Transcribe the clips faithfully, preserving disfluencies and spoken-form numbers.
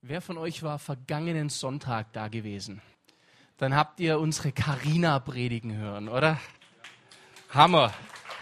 Wer von euch war vergangenen Sonntag da gewesen? Dann habt ihr unsere Carina predigen hören, oder? Hammer!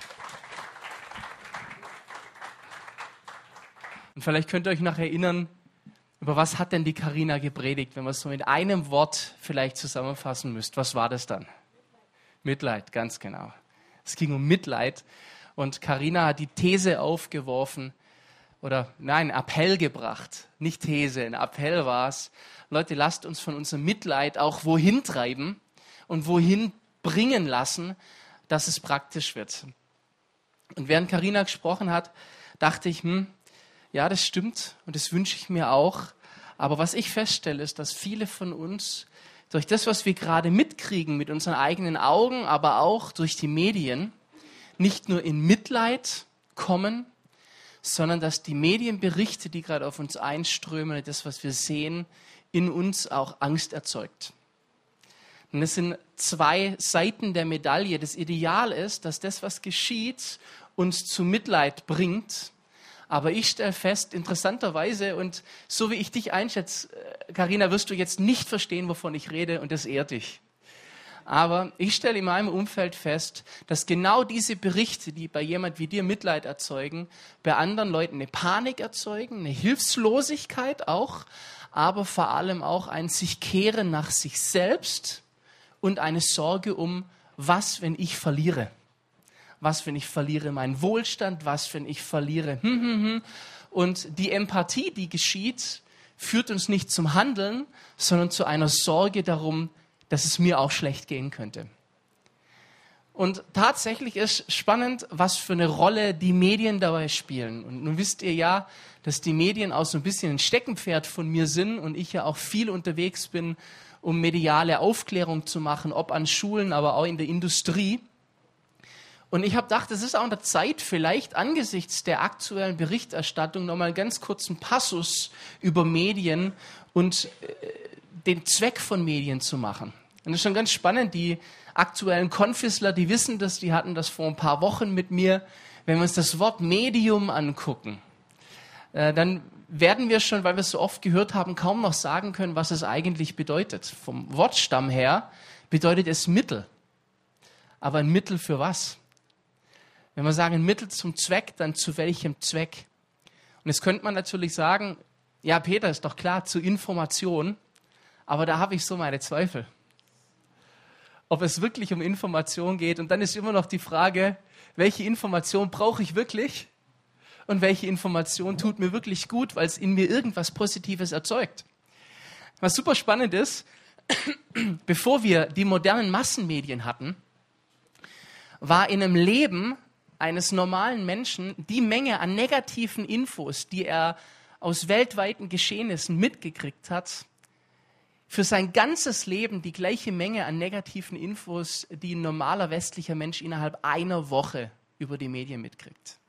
Und vielleicht könnt ihr euch noch erinnern, über was hat denn die Carina gepredigt, wenn man es so mit einem Wort vielleicht zusammenfassen müsst. Was war das dann? Mitleid, ganz genau. Es ging um Mitleid. Und Carina hat die These aufgeworfen, oder nein, Appell gebracht. Nicht These, ein Appell war es. Leute, lasst uns von unserem Mitleid auch wohin treiben und wohin bringen lassen, dass es praktisch wird. Und während Carina gesprochen hat, dachte ich, hm, ja, das stimmt und das wünsche ich mir auch. Aber was ich feststelle, ist, dass viele von uns durch das, was wir gerade mitkriegen mit unseren eigenen Augen, aber auch durch die Medien, nicht nur in Mitleid kommen, sondern dass die Medienberichte, die gerade auf uns einströmen, das, was wir sehen, in uns auch Angst erzeugt. Und es sind zwei Seiten der Medaille. Das Ideal ist, dass das, was geschieht, uns zu Mitleid bringt. Aber ich stelle fest, interessanterweise, und so wie ich dich einschätze, Carina, wirst du jetzt nicht verstehen, wovon ich rede, und das ehrt dich. Aber ich stelle in meinem Umfeld fest, dass genau diese Berichte, die bei jemand wie dir Mitleid erzeugen, bei anderen Leuten eine Panik erzeugen, eine Hilflosigkeit auch, aber vor allem auch ein sich kehren nach sich selbst und eine Sorge um, was, wenn ich verliere? Was, wenn ich verliere meinen Wohlstand? Was, wenn ich verliere? Hm, hm, hm. Und die Empathie, die geschieht, führt uns nicht zum Handeln, sondern zu einer Sorge darum, dass es mir auch schlecht gehen könnte. Und tatsächlich ist spannend, was für eine Rolle die Medien dabei spielen. Und nun wisst ihr ja, dass die Medien auch so ein bisschen ein Steckenpferd von mir sind und ich ja auch viel unterwegs bin, um mediale Aufklärung zu machen, ob an Schulen, aber auch in der Industrie. Und ich habe gedacht, es ist auch an der Zeit, vielleicht angesichts der aktuellen Berichterstattung nochmal einen ganz kurzen Passus über Medien und äh, den Zweck von Medien zu machen. Und das ist schon ganz spannend, die aktuellen Konfisler, die wissen das, die hatten das vor ein paar Wochen mit mir. Wenn wir uns das Wort Medium angucken, äh, dann werden wir schon, weil wir es so oft gehört haben, kaum noch sagen können, was es eigentlich bedeutet. Vom Wortstamm her bedeutet es Mittel. Aber ein Mittel für was? Wenn wir sagen Mittel zum Zweck, dann zu welchem Zweck? Und jetzt könnte man natürlich sagen, ja Peter, ist doch klar, zur Information. Aber da habe ich so meine Zweifel, ob es wirklich um Information geht. Und dann ist immer noch die Frage, welche Information brauche ich wirklich und welche Information tut mir wirklich gut, weil es in mir irgendwas Positives erzeugt. Was super spannend ist, bevor wir die modernen Massenmedien hatten, war in einem Leben eines normalen Menschen die Menge an negativen Infos, die er aus weltweiten Geschehnissen mitgekriegt hat, für sein ganzes Leben die gleiche Menge an negativen Infos, die ein normaler westlicher Mensch innerhalb einer Woche über die Medien mitkriegt.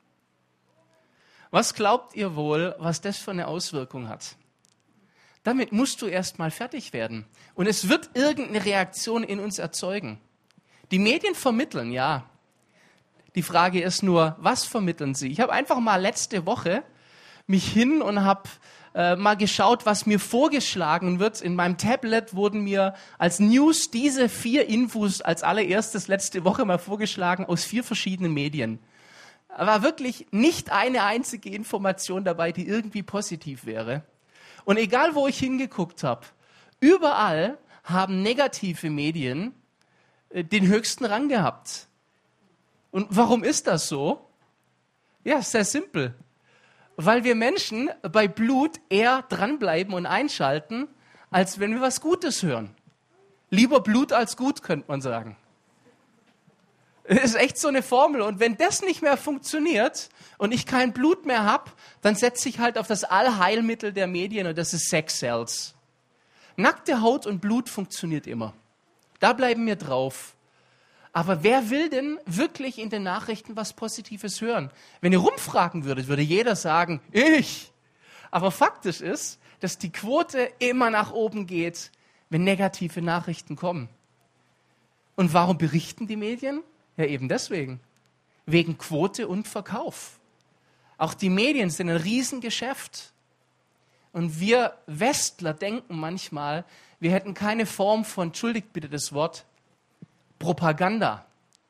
Was glaubt ihr wohl, was das für eine Auswirkung hat? Damit musst du erst mal fertig werden. Und es wird irgendeine Reaktion in uns erzeugen. Die Medien vermitteln, ja. Die Frage ist nur, was vermitteln sie? Ich habe einfach mal letzte Woche mich hin und habe äh, mal geschaut, was mir vorgeschlagen wird. In meinem Tablet wurden mir als News diese vier Infos als allererstes letzte Woche mal vorgeschlagen aus vier verschiedenen Medien. Da war wirklich nicht eine einzige Information dabei, die irgendwie positiv wäre. Und egal, wo ich hingeguckt habe, überall haben negative Medien äh, den höchsten Rang gehabt. Und warum ist das so? Ja, sehr simpel. Weil wir Menschen bei Blut eher dranbleiben und einschalten, als wenn wir was Gutes hören. Lieber Blut als gut, könnte man sagen. Das ist echt so eine Formel. Und wenn das nicht mehr funktioniert und ich kein Blut mehr habe, dann setze ich halt auf das Allheilmittel der Medien und das ist Sex Cells. Nackte Haut und Blut funktioniert immer. Da bleiben wir drauf. Aber wer will denn wirklich in den Nachrichten was Positives hören? Wenn ihr rumfragen würdet, würde jeder sagen, ich. Aber faktisch ist, dass die Quote immer nach oben geht, wenn negative Nachrichten kommen. Und warum berichten die Medien? Ja, eben deswegen. Wegen Quote und Verkauf. Auch die Medien sind ein Riesengeschäft. Und wir Westler denken manchmal, wir hätten keine Form von, entschuldigt bitte das Wort, Propaganda.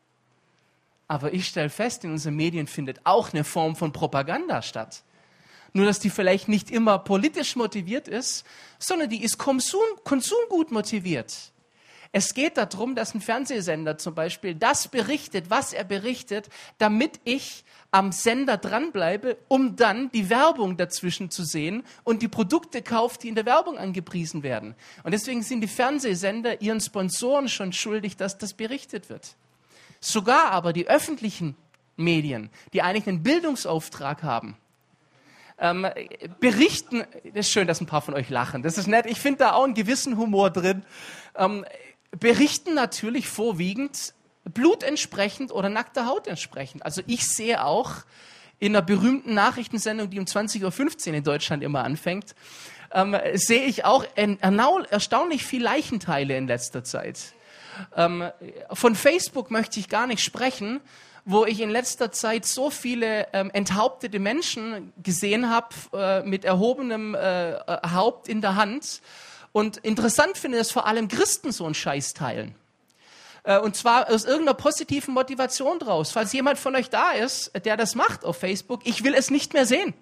Aber ich stelle fest, in unseren Medien findet auch eine Form von Propaganda statt. Nur, dass die vielleicht nicht immer politisch motiviert ist, sondern die ist Konsum, konsumgut motiviert. Es geht darum, dass ein Fernsehsender zum Beispiel das berichtet, was er berichtet, damit ich am Sender dranbleibe, um dann die Werbung dazwischen zu sehen und die Produkte kaufe, die in der Werbung angepriesen werden. Und deswegen sind die Fernsehsender ihren Sponsoren schon schuldig, dass das berichtet wird. Sogar aber die öffentlichen Medien, die eigentlich einen Bildungsauftrag haben, ähm, berichten, das ist schön, dass ein paar von euch lachen, das ist nett, ich finde da auch einen gewissen Humor drin, ähm, berichten natürlich vorwiegend blutentsprechend oder nackter Haut entsprechend. Also ich sehe auch in einer berühmten Nachrichtensendung, die um zwanzig Uhr fünfzehn in Deutschland immer anfängt, ähm, sehe ich auch erstaunlich viel Leichenteile in letzter Zeit. Ähm, von Facebook möchte ich gar nicht sprechen, wo ich in letzter Zeit so viele ähm, enthauptete Menschen gesehen habe äh, mit erhobenem äh, Haupt in der Hand. Und interessant finde, dass vor allem Christen so einen Scheiß teilen. Äh, und zwar aus irgendeiner positiven Motivation draus. Falls jemand von euch da ist, der das macht auf Facebook, ich will es nicht mehr sehen.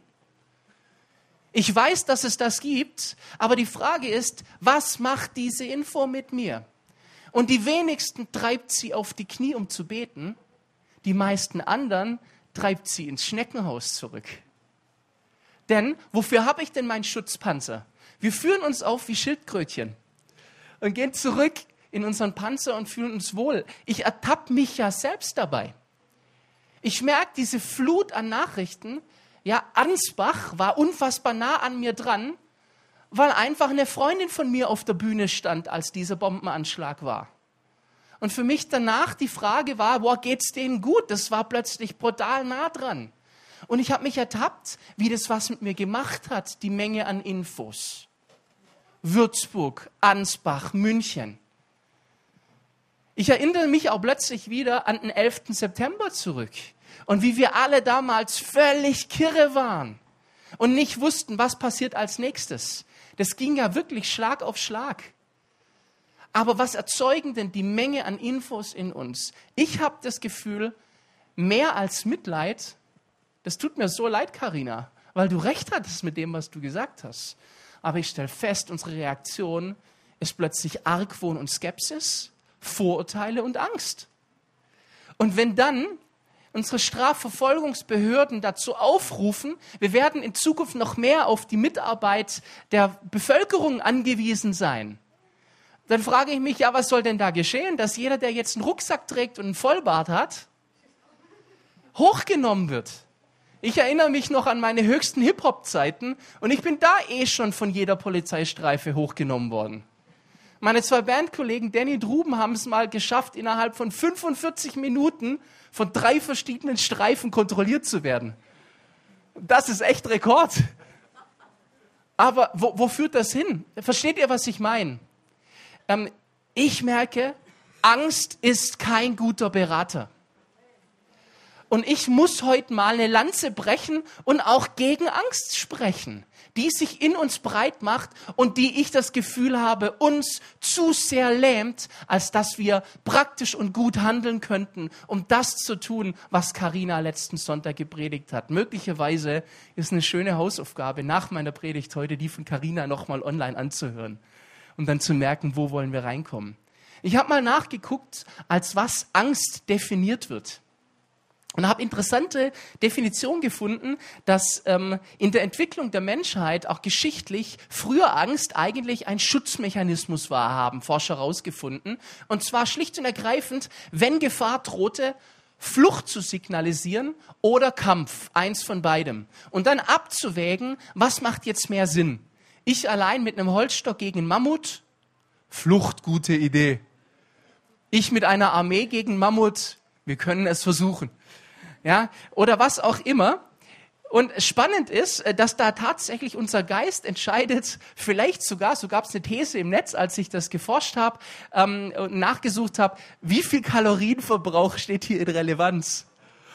Ich weiß, dass es das gibt, aber die Frage ist, was macht diese Info mit mir? Und die wenigsten treibt sie auf die Knie, um zu beten. Die meisten anderen treibt sie ins Schneckenhaus zurück. Denn wofür habe ich denn meinen Schutzpanzer? Wir führen uns auf wie Schildkrötchen und gehen zurück in unseren Panzer und fühlen uns wohl. Ich ertappe mich ja selbst dabei. Ich merke diese Flut an Nachrichten. Ja, Ansbach war unfassbar nah an mir dran, weil einfach eine Freundin von mir auf der Bühne stand, als dieser Bombenanschlag war. Und für mich danach die Frage war, boah, geht's denen gut? Das war plötzlich brutal nah dran. Und ich habe mich ertappt, wie das was mit mir gemacht hat, die Menge an Infos. Würzburg, Ansbach, München. Ich erinnere mich auch plötzlich wieder an den elften September zurück. Und wie wir alle damals völlig kirre waren und nicht wussten, was passiert als nächstes. Das ging ja wirklich Schlag auf Schlag. Aber was erzeugen denn die Menge an Infos in uns? Ich habe das Gefühl, mehr als Mitleid, das tut mir so leid, Carina, weil du recht hattest mit dem, was du gesagt hast. Aber ich stelle fest, unsere Reaktion ist plötzlich Argwohn und Skepsis, Vorurteile und Angst. Und wenn dann unsere Strafverfolgungsbehörden dazu aufrufen, wir werden in Zukunft noch mehr auf die Mitarbeit der Bevölkerung angewiesen sein, dann frage ich mich, ja, was soll denn da geschehen, dass jeder, der jetzt einen Rucksack trägt und einen Vollbart hat, hochgenommen wird. Ich erinnere mich noch an meine höchsten Hip-Hop-Zeiten und ich bin da eh schon von jeder Polizeistreife hochgenommen worden. Meine zwei Bandkollegen Danny Druben haben es mal geschafft, innerhalb von fünfundvierzig Minuten von drei verschiedenen Streifen kontrolliert zu werden. Das ist echt Rekord. Aber wo, wo führt das hin? Versteht ihr, was ich meine? Ähm, ich merke, Angst ist kein guter Berater. Und ich muss heute mal eine Lanze brechen und auch gegen Angst sprechen, die sich in uns breit macht und die ich das Gefühl habe, uns zu sehr lähmt, als dass wir praktisch und gut handeln könnten, um das zu tun, was Carina letzten Sonntag gepredigt hat. Möglicherweise ist eine schöne Hausaufgabe, nach meiner Predigt heute die von Carina nochmal online anzuhören und dann zu merken, wo wollen wir reinkommen. Ich habe mal nachgeguckt, als was Angst definiert wird. Und habe interessante Definition gefunden, dass ähm, in der Entwicklung der Menschheit auch geschichtlich früher Angst eigentlich ein Schutzmechanismus war, haben Forscher herausgefunden. Und zwar schlicht und ergreifend, wenn Gefahr drohte, Flucht zu signalisieren oder Kampf, eins von beidem. Und dann abzuwägen, was macht jetzt mehr Sinn? Ich allein mit einem Holzstock gegen einen Mammut? Flucht, gute Idee. Ich mit einer Armee gegen Mammut? Wir können es versuchen. Ja, oder was auch immer. Und spannend ist, dass da tatsächlich unser Geist entscheidet, vielleicht sogar, so gab es eine These im Netz, als ich das geforscht habe ähm, und nachgesucht habe, wie viel Kalorienverbrauch steht hier in Relevanz.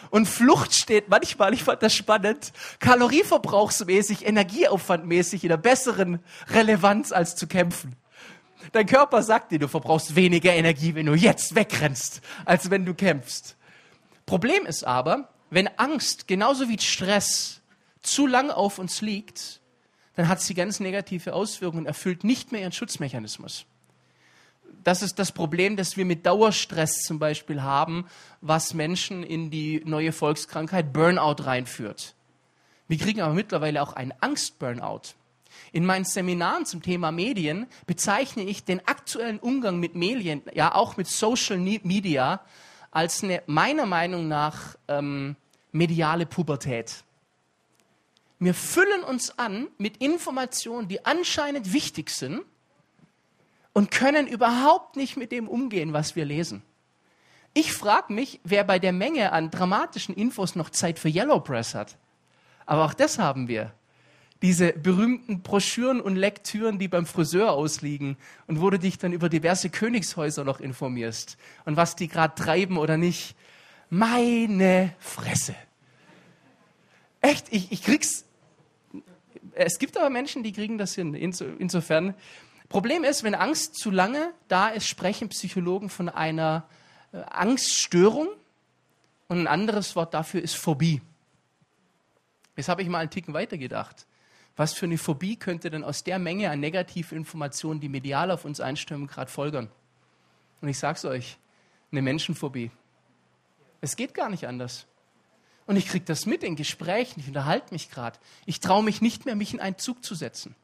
Und Flucht steht manchmal, ich fand das spannend, kalorieverbrauchsmäßig, energieaufwandmäßig in einer besseren Relevanz als zu kämpfen. Dein Körper sagt dir, du verbrauchst weniger Energie, wenn du jetzt wegrennst, als wenn du kämpfst. Problem ist aber, wenn Angst genauso wie Stress zu lang auf uns liegt, dann hat sie ganz negative Auswirkungen und erfüllt nicht mehr ihren Schutzmechanismus. Das ist das Problem, das wir mit Dauerstress zum Beispiel haben, was Menschen in die neue Volkskrankheit Burnout reinführt. Wir kriegen aber mittlerweile auch einen Angst-Burnout. In meinen Seminaren zum Thema Medien bezeichne ich den aktuellen Umgang mit Medien, ja auch mit Social Media, als eine meiner Meinung nach ähm, mediale Pubertät. Wir füllen uns an mit Informationen, die anscheinend wichtig sind, und können überhaupt nicht mit dem umgehen, was wir lesen. Ich frage mich, wer bei der Menge an dramatischen Infos noch Zeit für Yellow Press hat. Aber auch das haben wir. Diese berühmten Broschüren und Lektüren, die beim Friseur ausliegen und wo du dich dann über diverse Königshäuser noch informierst und was die gerade treiben oder nicht. Meine Fresse. Echt, ich, ich krieg's. Es gibt aber Menschen, die kriegen das hin. Insofern. Problem ist, wenn Angst zu lange da ist, sprechen Psychologen von einer äh, Angststörung und ein anderes Wort dafür ist Phobie. Jetzt habe ich mal einen Ticken weitergedacht. Was für eine Phobie könnte denn aus der Menge an negativen Informationen, die medial auf uns einstürmen, gerade folgern? Und ich sage es euch, eine Menschenphobie. Es geht gar nicht anders. Und ich kriege das mit in Gesprächen, ich unterhalte mich gerade. Ich traue mich nicht mehr, mich in einen Zug zu setzen.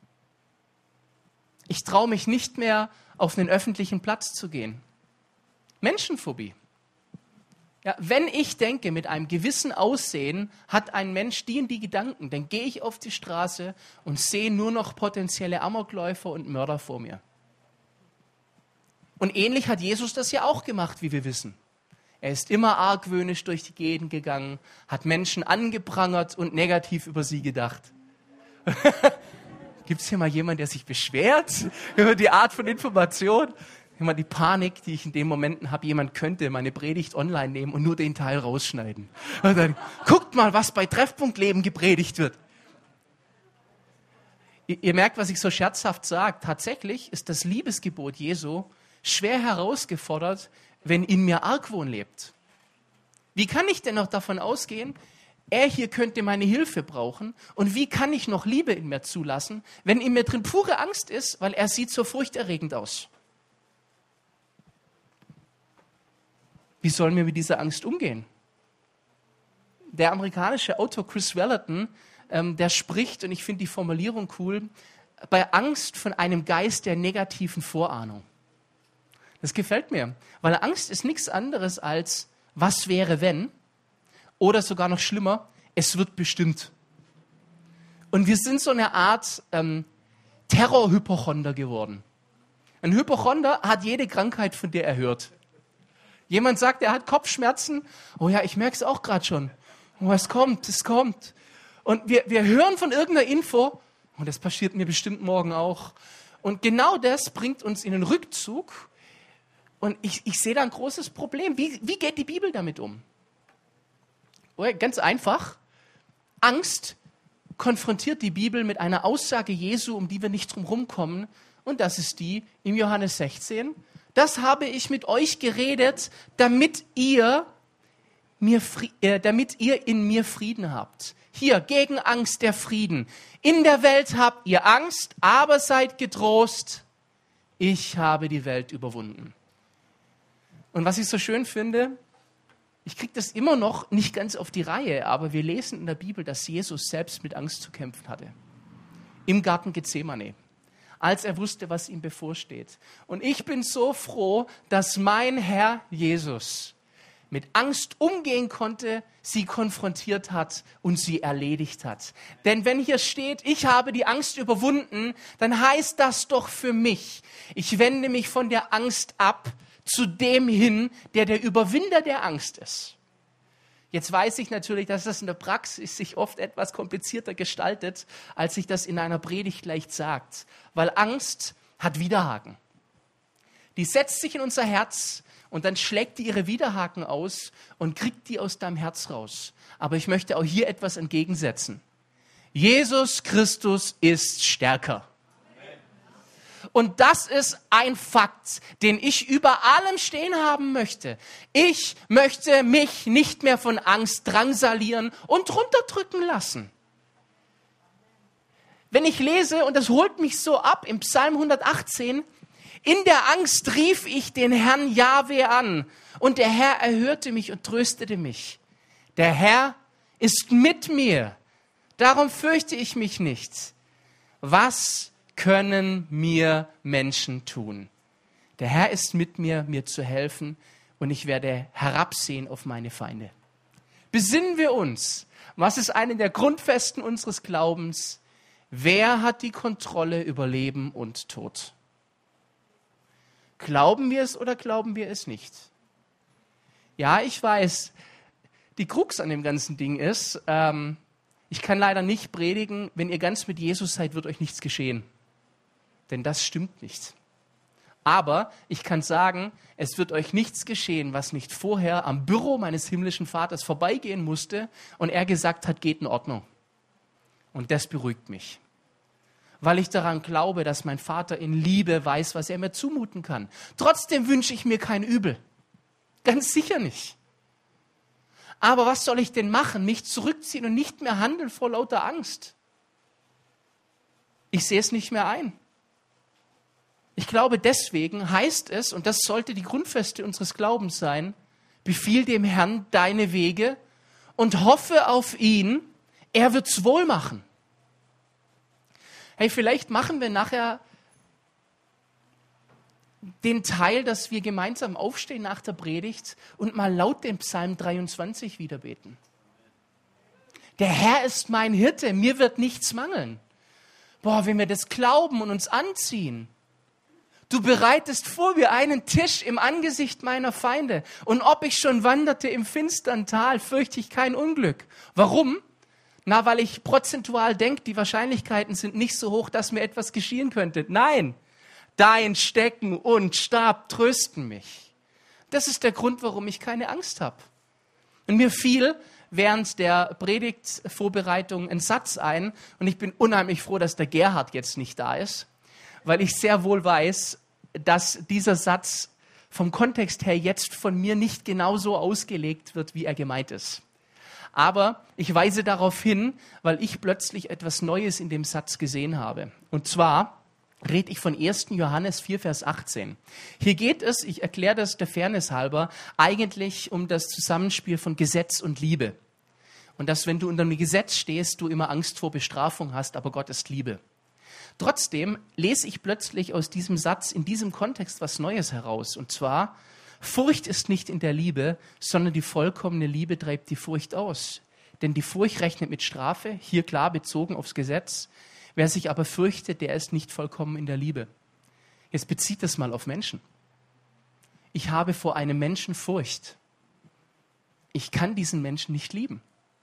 Ich traue mich nicht mehr, auf einen öffentlichen Platz zu gehen. Menschenphobie. Ja, wenn ich denke, mit einem gewissen Aussehen hat ein Mensch die und die Gedanken, dann gehe ich auf die Straße und sehe nur noch potenzielle Amokläufer und Mörder vor mir. Und ähnlich hat Jesus das ja auch gemacht, wie wir wissen. Er ist immer argwöhnisch durch die Gegend gegangen, hat Menschen angeprangert und negativ über sie gedacht. Gibt es hier mal jemanden, der sich beschwert über die Art von Information? Immer die Panik, die ich in den Momenten habe, jemand könnte meine Predigt online nehmen und nur den Teil rausschneiden. Und dann, guckt mal, was bei Treffpunkt Leben gepredigt wird. Ihr, ihr merkt, was ich so scherzhaft sage. Tatsächlich ist das Liebesgebot Jesu schwer herausgefordert, wenn in mir Argwohn lebt. Wie kann ich denn noch davon ausgehen, er hier könnte meine Hilfe brauchen, und wie kann ich noch Liebe in mir zulassen, wenn in mir drin pure Angst ist, weil er sieht so furchterregend aus? Wie sollen wir mit dieser Angst umgehen? Der amerikanische Autor Chris Vallotton, ähm, der spricht, und ich finde die Formulierung cool, bei Angst von einem Geist der negativen Vorahnung. Das gefällt mir, weil Angst ist nichts anderes als, was wäre wenn? Oder sogar noch schlimmer, es wird bestimmt. Und wir sind so eine Art ähm, Terrorhypochonder geworden. Ein Hypochonder hat jede Krankheit, von der er hört. Jemand sagt, er hat Kopfschmerzen. Oh ja, ich merke es auch gerade schon. Oh, es kommt, es kommt. Und wir, wir hören von irgendeiner Info, und das passiert mir bestimmt morgen auch. Und genau das bringt uns in den Rückzug. Und ich, ich sehe da ein großes Problem. Wie, wie geht die Bibel damit um? Ganz einfach. Angst konfrontiert die Bibel mit einer Aussage Jesu, um die wir nicht drum rumkommen. Und das ist die im Johannes sechzehn. Das habe ich mit euch geredet, damit ihr, mir, äh, damit ihr in mir Frieden habt. Hier, gegen Angst der Frieden. In der Welt habt ihr Angst, aber seid getrost. Ich habe die Welt überwunden. Und was ich so schön finde, ich kriege das immer noch nicht ganz auf die Reihe, aber wir lesen in der Bibel, dass Jesus selbst mit Angst zu kämpfen hatte. Im Garten Gethsemane, als er wusste, was ihm bevorsteht. Und ich bin so froh, dass mein Herr Jesus mit Angst umgehen konnte, sie konfrontiert hat und sie erledigt hat. Denn wenn hier steht, ich habe die Angst überwunden, dann heißt das doch für mich, ich wende mich von der Angst ab, zu dem hin, der der Überwinder der Angst ist. Jetzt weiß ich natürlich, dass das in der Praxis sich oft etwas komplizierter gestaltet, als sich das in einer Predigt leicht sagt. Weil Angst hat Widerhaken. Die setzt sich in unser Herz und dann schlägt die ihre Widerhaken aus und kriegt die aus deinem Herz raus. Aber ich möchte auch hier etwas entgegensetzen. Jesus Christus ist stärker. Und das ist ein Fakt, den ich über allem stehen haben möchte. Ich möchte mich nicht mehr von Angst drangsalieren und runterdrücken lassen. Wenn ich lese, und das holt mich so ab, im Psalm hundertachtzehn, in der Angst rief ich den Herrn Jahwe an, und der Herr erhörte mich und tröstete mich. Der Herr ist mit mir, darum fürchte ich mich nicht. Was können mir Menschen tun? Der Herr ist mit mir, mir zu helfen, und ich werde herabsehen auf meine Feinde. Besinnen wir uns, was ist eine der Grundfesten unseres Glaubens? Wer hat die Kontrolle über Leben und Tod? Glauben wir es oder glauben wir es nicht? Ja, ich weiß, die Krux an dem ganzen Ding ist, ähm, ich kann leider nicht predigen, wenn ihr ganz mit Jesus seid, wird euch nichts geschehen. Denn das stimmt nicht. Aber ich kann sagen, es wird euch nichts geschehen, was nicht vorher am Büro meines himmlischen Vaters vorbeigehen musste und er gesagt hat, geht in Ordnung. Und das beruhigt mich. Weil ich daran glaube, dass mein Vater in Liebe weiß, was er mir zumuten kann. Trotzdem wünsche ich mir kein Übel. Ganz sicher nicht. Aber was soll ich denn machen? Mich zurückziehen und nicht mehr handeln vor lauter Angst? Ich sehe es nicht mehr ein. Ich glaube, deswegen heißt es, und das sollte die Grundfeste unseres Glaubens sein, befiehl dem Herrn deine Wege und hoffe auf ihn, er wird's wohl machen. Hey, vielleicht machen wir nachher den Teil, dass wir gemeinsam aufstehen nach der Predigt und mal laut den Psalm dreiundzwanzig wieder beten. Der Herr ist mein Hirte, mir wird nichts mangeln. Boah, wenn wir das glauben und uns anziehen. Du bereitest vor mir einen Tisch im Angesicht meiner Feinde. Und ob ich schon wanderte im finstern Tal, fürchte ich kein Unglück. Warum? Na, weil ich prozentual denke, die Wahrscheinlichkeiten sind nicht so hoch, dass mir etwas geschehen könnte. Nein, dein Stecken und Stab trösten mich. Das ist der Grund, warum ich keine Angst habe. Und mir fiel während der Predigtvorbereitung ein Satz ein, und ich bin unheimlich froh, dass der Gerhard jetzt nicht da ist, weil ich sehr wohl weiß, dass dieser Satz vom Kontext her jetzt von mir nicht genau so ausgelegt wird, wie er gemeint ist. Aber ich weise darauf hin, weil ich plötzlich etwas Neues in dem Satz gesehen habe. Und zwar rede ich von ersten Johannes vier, Vers achtzehn. Hier geht es, ich erkläre das der Fairness halber, eigentlich um das Zusammenspiel von Gesetz und Liebe. Und dass, wenn du unter dem Gesetz stehst, du immer Angst vor Bestrafung hast, aber Gott ist Liebe. Trotzdem lese ich plötzlich aus diesem Satz in diesem Kontext was Neues heraus. Und zwar, Furcht ist nicht in der Liebe, sondern die vollkommene Liebe treibt die Furcht aus. Denn die Furcht rechnet mit Strafe, hier klar bezogen aufs Gesetz. Wer sich aber fürchtet, der ist nicht vollkommen in der Liebe. Jetzt bezieht das mal auf Menschen. Ich habe vor einem Menschen Furcht. Ich kann diesen Menschen nicht lieben.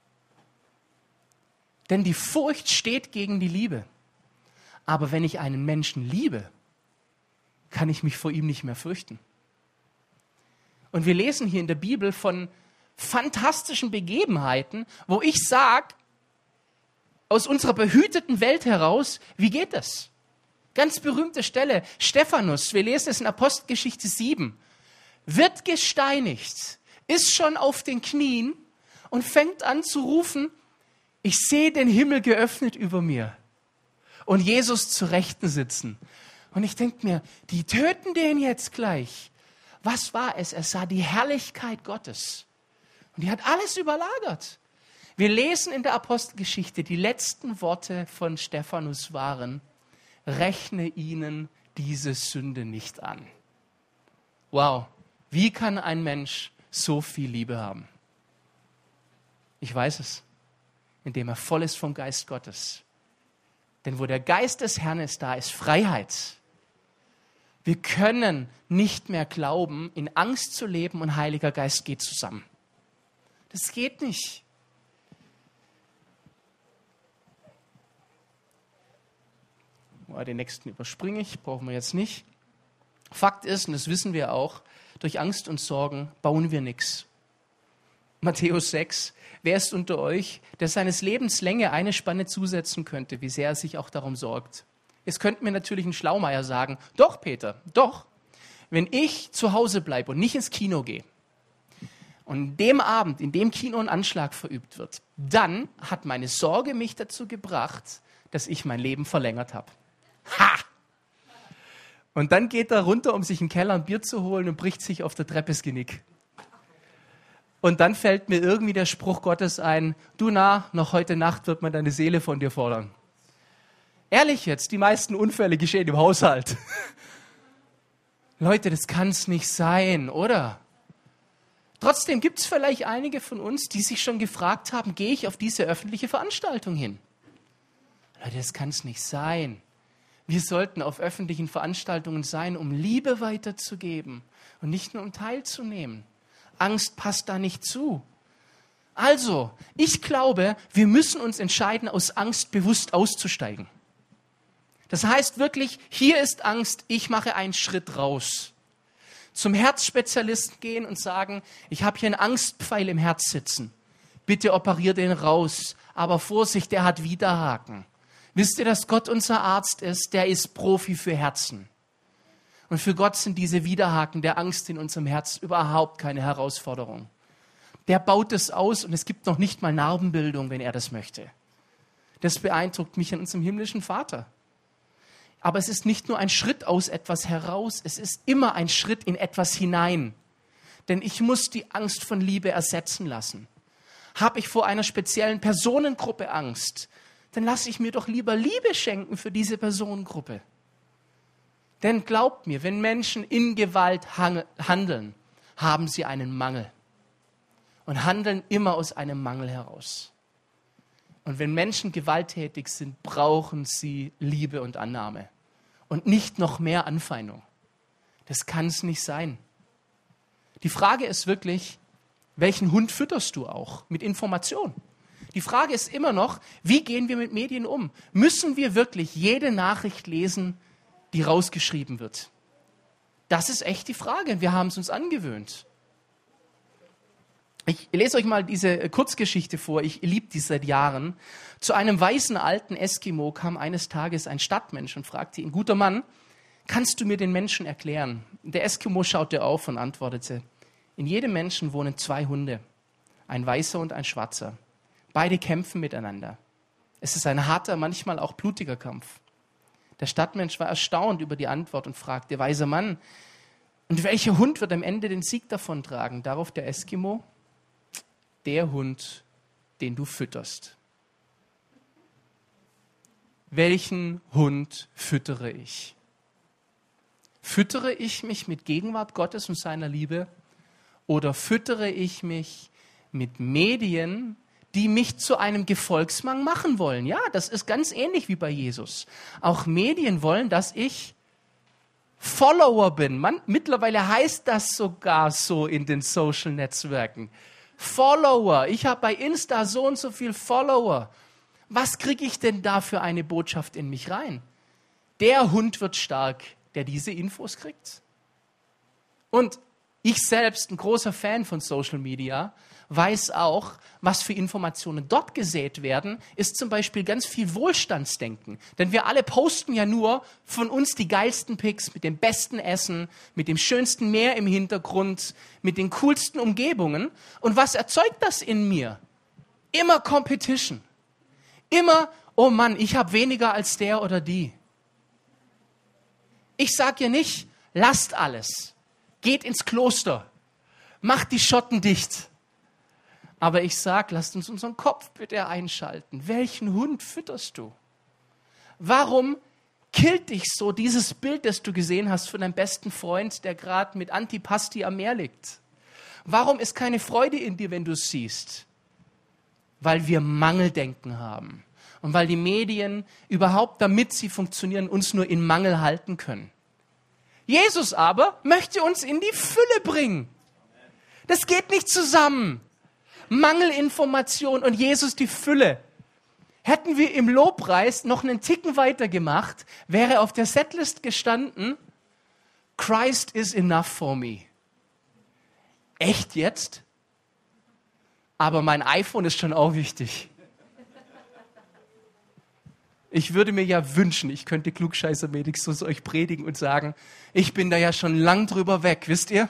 Denn die Furcht steht gegen die Liebe. Aber wenn ich einen Menschen liebe, kann ich mich vor ihm nicht mehr fürchten. Und wir lesen hier in der Bibel von fantastischen Begebenheiten, wo ich sage, aus unserer behüteten Welt heraus, wie geht das? Ganz berühmte Stelle, Stephanus, wir lesen es in Apostelgeschichte sieben, wird gesteinigt, ist schon auf den Knien und fängt an zu rufen, ich sehe den Himmel geöffnet über mir und Jesus zu Rechten sitzen. Und ich denke mir, die töten den jetzt gleich. Was war es? Er sah die Herrlichkeit Gottes. Und die hat alles überlagert. Wir lesen in der Apostelgeschichte, die letzten Worte von Stephanus waren, rechne ihnen diese Sünde nicht an. Wow, wie kann ein Mensch so viel Liebe haben? Ich weiß es, indem er voll ist vom Geist Gottes. Denn wo der Geist des Herrn ist, da ist Freiheit. Wir können nicht mehr glauben, in Angst zu leben und Heiliger Geist geht zusammen. Das geht nicht. Den nächsten überspringe ich, brauchen wir jetzt nicht. Fakt ist, und das wissen wir auch, durch Angst und Sorgen bauen wir nichts. Matthäus sechs, wer ist unter euch, der seines Lebens Länge eine Spanne zusetzen könnte, wie sehr er sich auch darum sorgt? Jetzt könnte mir natürlich ein Schlaumeier sagen, doch Peter, doch, wenn ich zu Hause bleibe und nicht ins Kino gehe und an dem Abend in dem Kino ein Anschlag verübt wird, dann hat meine Sorge mich dazu gebracht, dass ich mein Leben verlängert habe. Ha! Und dann geht er runter, um sich im Keller ein Bier zu holen und bricht sich auf der Treppe das Genick. Und dann fällt mir irgendwie der Spruch Gottes ein, du Narr, noch heute Nacht wird man deine Seele von dir fordern. Ehrlich jetzt, die meisten Unfälle geschehen im Haushalt. Leute, das kann es nicht sein, oder? Trotzdem gibt es vielleicht einige von uns, die sich schon gefragt haben, gehe ich auf diese öffentliche Veranstaltung hin? Leute, das kann es nicht sein. Wir sollten auf öffentlichen Veranstaltungen sein, um Liebe weiterzugeben und nicht nur um teilzunehmen. Angst passt da nicht zu. Also, ich glaube, wir müssen uns entscheiden, aus Angst bewusst auszusteigen. Das heißt wirklich, hier ist Angst, ich mache einen Schritt raus. Zum Herzspezialisten gehen und sagen, ich habe hier einen Angstpfeil im Herz sitzen. Bitte operier den raus. Aber Vorsicht, der hat Widerhaken. Wisst ihr, dass Gott unser Arzt ist? Der ist Profi für Herzen. Und für Gott sind diese Widerhaken der Angst in unserem Herz überhaupt keine Herausforderung. Der baut es aus und es gibt noch nicht mal Narbenbildung, wenn er das möchte. Das beeindruckt mich an unserem himmlischen Vater. Aber es ist nicht nur ein Schritt aus etwas heraus, es ist immer ein Schritt in etwas hinein. Denn ich muss die Angst von Liebe ersetzen lassen. Habe ich vor einer speziellen Personengruppe Angst, dann lasse ich mir doch lieber Liebe schenken für diese Personengruppe. Denn glaubt mir, wenn Menschen in Gewalt handeln, haben sie einen Mangel. Und handeln immer aus einem Mangel heraus. Und wenn Menschen gewalttätig sind, brauchen sie Liebe und Annahme. Und nicht noch mehr Anfeindung. Das kann es nicht sein. Die Frage ist wirklich, welchen Hund fütterst du auch mit Information? Die Frage ist immer noch, wie gehen wir mit Medien um? Müssen wir wirklich jede Nachricht lesen, die rausgeschrieben wird? Das ist echt die Frage. Wir haben es uns angewöhnt. Ich lese euch mal diese Kurzgeschichte vor. Ich liebe die seit Jahren. Zu einem weißen alten Eskimo kam eines Tages ein Stadtmensch und fragte ihn, guter Mann, kannst du mir den Menschen erklären? Der Eskimo schaute auf und antwortete, in jedem Menschen wohnen zwei Hunde, ein weißer und ein schwarzer. Beide kämpfen miteinander. Es ist ein harter, manchmal auch blutiger Kampf. Der Stadtmensch war erstaunt über die Antwort und fragte, weiser Mann, und welcher Hund wird am Ende den Sieg davontragen? Darauf der Eskimo, der Hund, den du fütterst. Welchen Hund füttere ich? Füttere ich mich mit Gegenwart Gottes und seiner Liebe oder füttere ich mich mit Medien, die mich zu einem Gefolgsmann machen wollen? Ja, das ist ganz ähnlich wie bei Jesus. Auch Medien wollen, dass ich Follower bin. Man, mittlerweile heißt das sogar so in den Social-Netzwerken. Follower. Ich habe bei Insta so und so viel Follower. Was kriege ich denn da für eine Botschaft in mich rein? Der Hund wird stark, der diese Infos kriegt. Und ich selbst, ein großer Fan von Social Media, weiß auch, was für Informationen dort gesät werden, ist zum Beispiel ganz viel Wohlstandsdenken. Denn wir alle posten ja nur von uns die geilsten Pics mit dem besten Essen, mit dem schönsten Meer im Hintergrund, mit den coolsten Umgebungen. Und was erzeugt das in mir? Immer Competition. Immer, oh Mann, ich habe weniger als der oder die. Ich sage ja nicht, lasst alles. Geht ins Kloster. Macht die Schotten dicht. Aber ich sage, lasst uns unseren Kopf bitte einschalten. Welchen Hund fütterst du? Warum killt dich so dieses Bild, das du gesehen hast von deinem besten Freund, der gerade mit Antipasti am Meer liegt? Warum ist keine Freude in dir, wenn du es siehst? Weil wir Mangeldenken haben. Und weil die Medien überhaupt, damit sie funktionieren, uns nur in Mangel halten können. Jesus aber möchte uns in die Fülle bringen. Das geht nicht zusammen. Mangelinformation und Jesus die Fülle. Hätten wir im Lobpreis noch einen Ticken weiter gemacht, wäre auf der Setlist gestanden, Christ is enough for me. Echt jetzt? Aber mein iPhone ist schon auch wichtig. Ich würde mir ja wünschen, ich könnte klugscheißermäßig so euch predigen und sagen, ich bin da ja schon lang drüber weg, wisst ihr?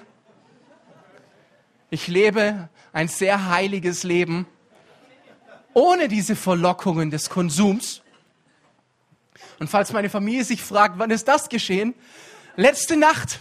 Ich lebe ein sehr heiliges Leben, ohne diese Verlockungen des Konsums. Und falls meine Familie sich fragt, wann ist das geschehen? Letzte Nacht.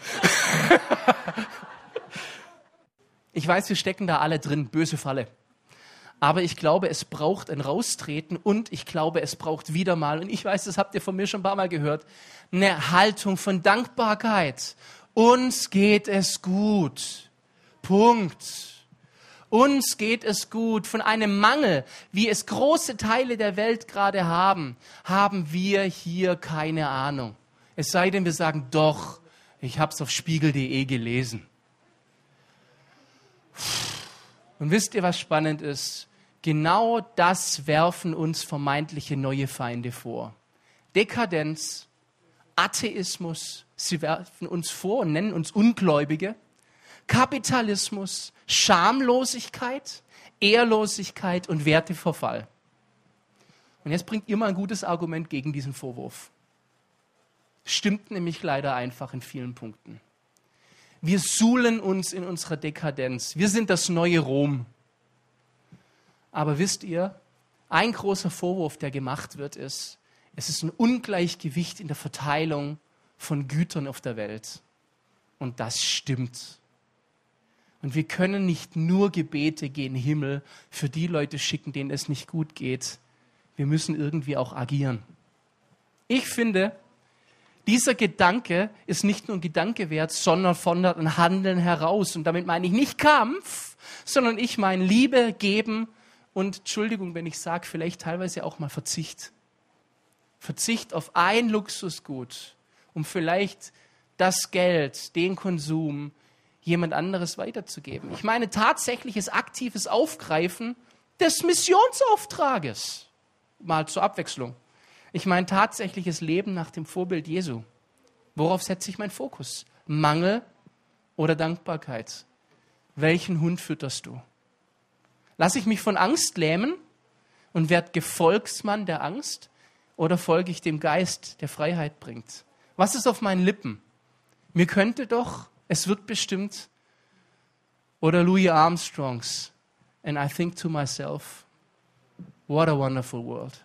Ich weiß, wir stecken da alle drin, böse Falle. Aber ich glaube, es braucht ein Raustreten und ich glaube, es braucht wieder mal, und ich weiß, das habt ihr von mir schon ein paar Mal gehört, eine Haltung von Dankbarkeit. Uns geht es gut. Punkt. Uns geht es gut. Von einem Mangel, wie es große Teile der Welt gerade haben, haben wir hier keine Ahnung. Es sei denn, wir sagen, doch, ich habe es auf spiegel punkt de gelesen. Und wisst ihr, was spannend ist? Genau das werfen uns vermeintliche neue Feinde vor. Dekadenz, Atheismus, sie werfen uns vor und nennen uns Ungläubige. Kapitalismus, Schamlosigkeit, Ehrlosigkeit und Werteverfall. Und jetzt bringt ihr mal ein gutes Argument gegen diesen Vorwurf. Stimmt nämlich leider einfach in vielen Punkten. Wir suhlen uns in unserer Dekadenz. Wir sind das neue Rom. Aber wisst ihr, ein großer Vorwurf, der gemacht wird, ist, es ist ein Ungleichgewicht in der Verteilung von Gütern auf der Welt. Und das stimmt. Und wir können nicht nur Gebete gen Himmel für die Leute schicken, denen es nicht gut geht. Wir müssen irgendwie auch agieren. Ich finde, dieser Gedanke ist nicht nur ein Gedanke wert, sondern fordert ein Handeln heraus. Und damit meine ich nicht Kampf, sondern ich meine Liebe, Geben und, Entschuldigung, wenn ich sage, vielleicht teilweise auch mal Verzicht. Verzicht auf ein Luxusgut, um vielleicht das Geld, den Konsum, jemand anderes weiterzugeben. Ich meine tatsächliches aktives Aufgreifen des Missionsauftrages. Mal zur Abwechslung. Ich meine tatsächliches Leben nach dem Vorbild Jesu. Worauf setze ich meinen Fokus? Mangel oder Dankbarkeit? Welchen Hund fütterst du? Lasse ich mich von Angst lähmen und werde Gefolgsmann der Angst oder folge ich dem Geist, der Freiheit bringt? Was ist auf meinen Lippen? Mir könnte doch, es wird bestimmt, oder Louis Armstrongs, and I think to myself, what a wonderful world.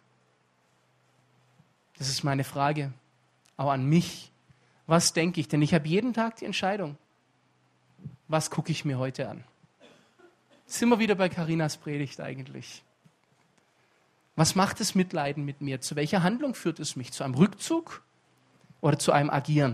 Das ist meine Frage, auch an mich. Was denke ich? Denn ich habe jeden Tag die Entscheidung. Was gucke ich mir heute an? Sind wir wieder bei Carinas Predigt eigentlich? Was macht es Mitleiden mit mir? Zu welcher Handlung führt es mich? Zu einem Rückzug oder zu einem Agieren?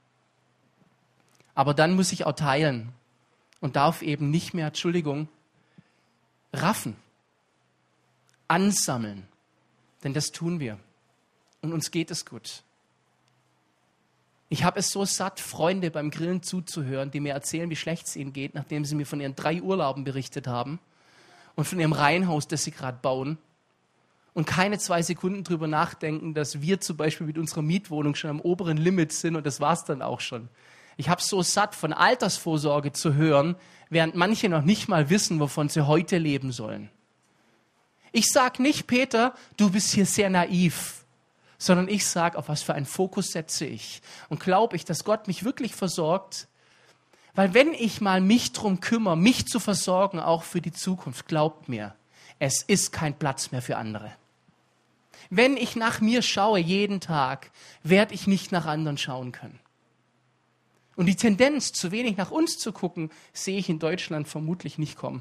Aber dann muss ich auch teilen und darf eben nicht mehr, Entschuldigung, raffen, ansammeln. Denn das tun wir. Und uns geht es gut. Ich habe es so satt, Freunde beim Grillen zuzuhören, die mir erzählen, wie schlecht es ihnen geht, nachdem sie mir von ihren drei Urlauben berichtet haben und von ihrem Reihenhaus, das sie gerade bauen. Und keine zwei Sekunden drüber nachdenken, dass wir zum Beispiel mit unserer Mietwohnung schon am oberen Limit sind und das war es dann auch schon. Ich habe so satt, von Altersvorsorge zu hören, während manche noch nicht mal wissen, wovon sie heute leben sollen. Ich sage nicht, Peter, du bist hier sehr naiv, sondern ich sage, auf was für einen Fokus setze ich. Und glaube ich, dass Gott mich wirklich versorgt, weil wenn ich mal mich drum kümmere, mich zu versorgen, auch für die Zukunft, glaubt mir, es ist kein Platz mehr für andere. Wenn ich nach mir schaue jeden Tag, werde ich nicht nach anderen schauen können. Und die Tendenz, zu wenig nach uns zu gucken, sehe ich in Deutschland vermutlich nicht kommen.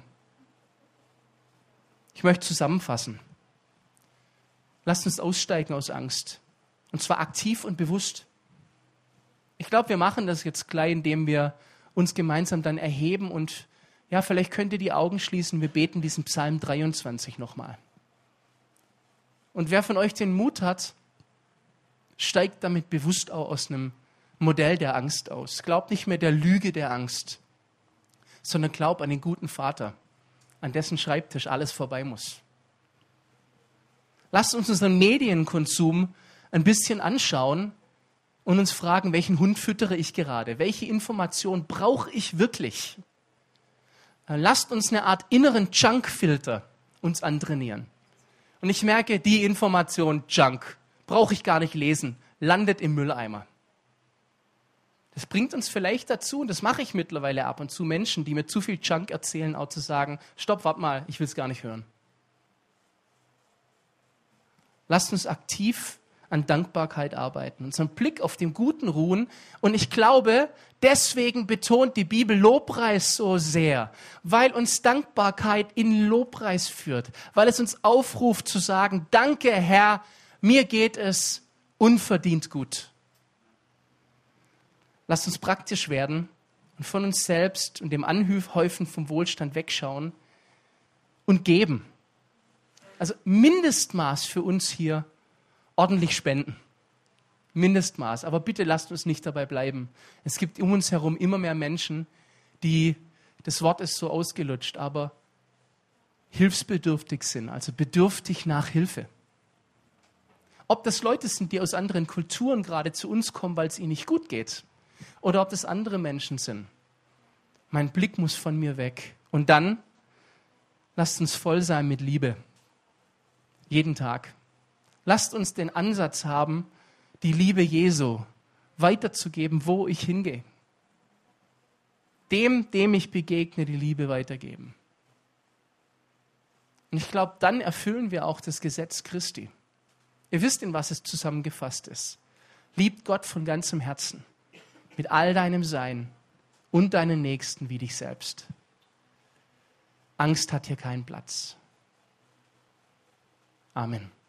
Ich möchte zusammenfassen. Lasst uns aussteigen aus Angst. Und zwar aktiv und bewusst. Ich glaube, wir machen das jetzt gleich, indem wir uns gemeinsam dann erheben und ja, vielleicht könnt ihr die Augen schließen. Wir beten diesen Psalm dreiundzwanzig nochmal. Und wer von euch den Mut hat, steigt damit bewusst auch aus einem Modell der Angst aus. Glaubt nicht mehr der Lüge der Angst, sondern glaubt an den guten Vater, an dessen Schreibtisch alles vorbei muss. Lasst uns unseren Medienkonsum ein bisschen anschauen und uns fragen, welchen Hund füttere ich gerade? Welche Information brauche ich wirklich? Lasst uns eine Art inneren Junk-Filter uns antrainieren. Und ich merke, die Information Junk brauche ich gar nicht lesen, landet im Mülleimer. Das bringt uns vielleicht dazu, und das mache ich mittlerweile ab und zu, Menschen, die mir zu viel Junk erzählen, auch zu sagen, stopp, warte mal, ich will es gar nicht hören. Lasst uns aktiv an Dankbarkeit arbeiten, unseren Blick auf den Guten ruhen. Und ich glaube, deswegen betont die Bibel Lobpreis so sehr, weil uns Dankbarkeit in Lobpreis führt, weil es uns aufruft zu sagen, danke Herr, mir geht es unverdient gut. Lasst uns praktisch werden und von uns selbst und dem Anhäufen vom Wohlstand wegschauen und geben. Also Mindestmaß für uns hier, ordentlich spenden. Mindestmaß. Aber bitte lasst uns nicht dabei bleiben. Es gibt um uns herum immer mehr Menschen, die, das Wort ist so ausgelutscht, aber hilfsbedürftig sind, also bedürftig nach Hilfe. Ob das Leute sind, die aus anderen Kulturen gerade zu uns kommen, weil es ihnen nicht gut geht, oder ob das andere Menschen sind. Mein Blick muss von mir weg. Und dann lasst uns voll sein mit Liebe. Jeden Tag. Lasst uns den Ansatz haben, die Liebe Jesu weiterzugeben, wo ich hingehe. Dem, dem ich begegne, die Liebe weitergeben. Und ich glaube, dann erfüllen wir auch das Gesetz Christi. Ihr wisst, in was es zusammengefasst ist. Liebt Gott von ganzem Herzen, mit all deinem Sein und deinen Nächsten wie dich selbst. Angst hat hier keinen Platz. Amen.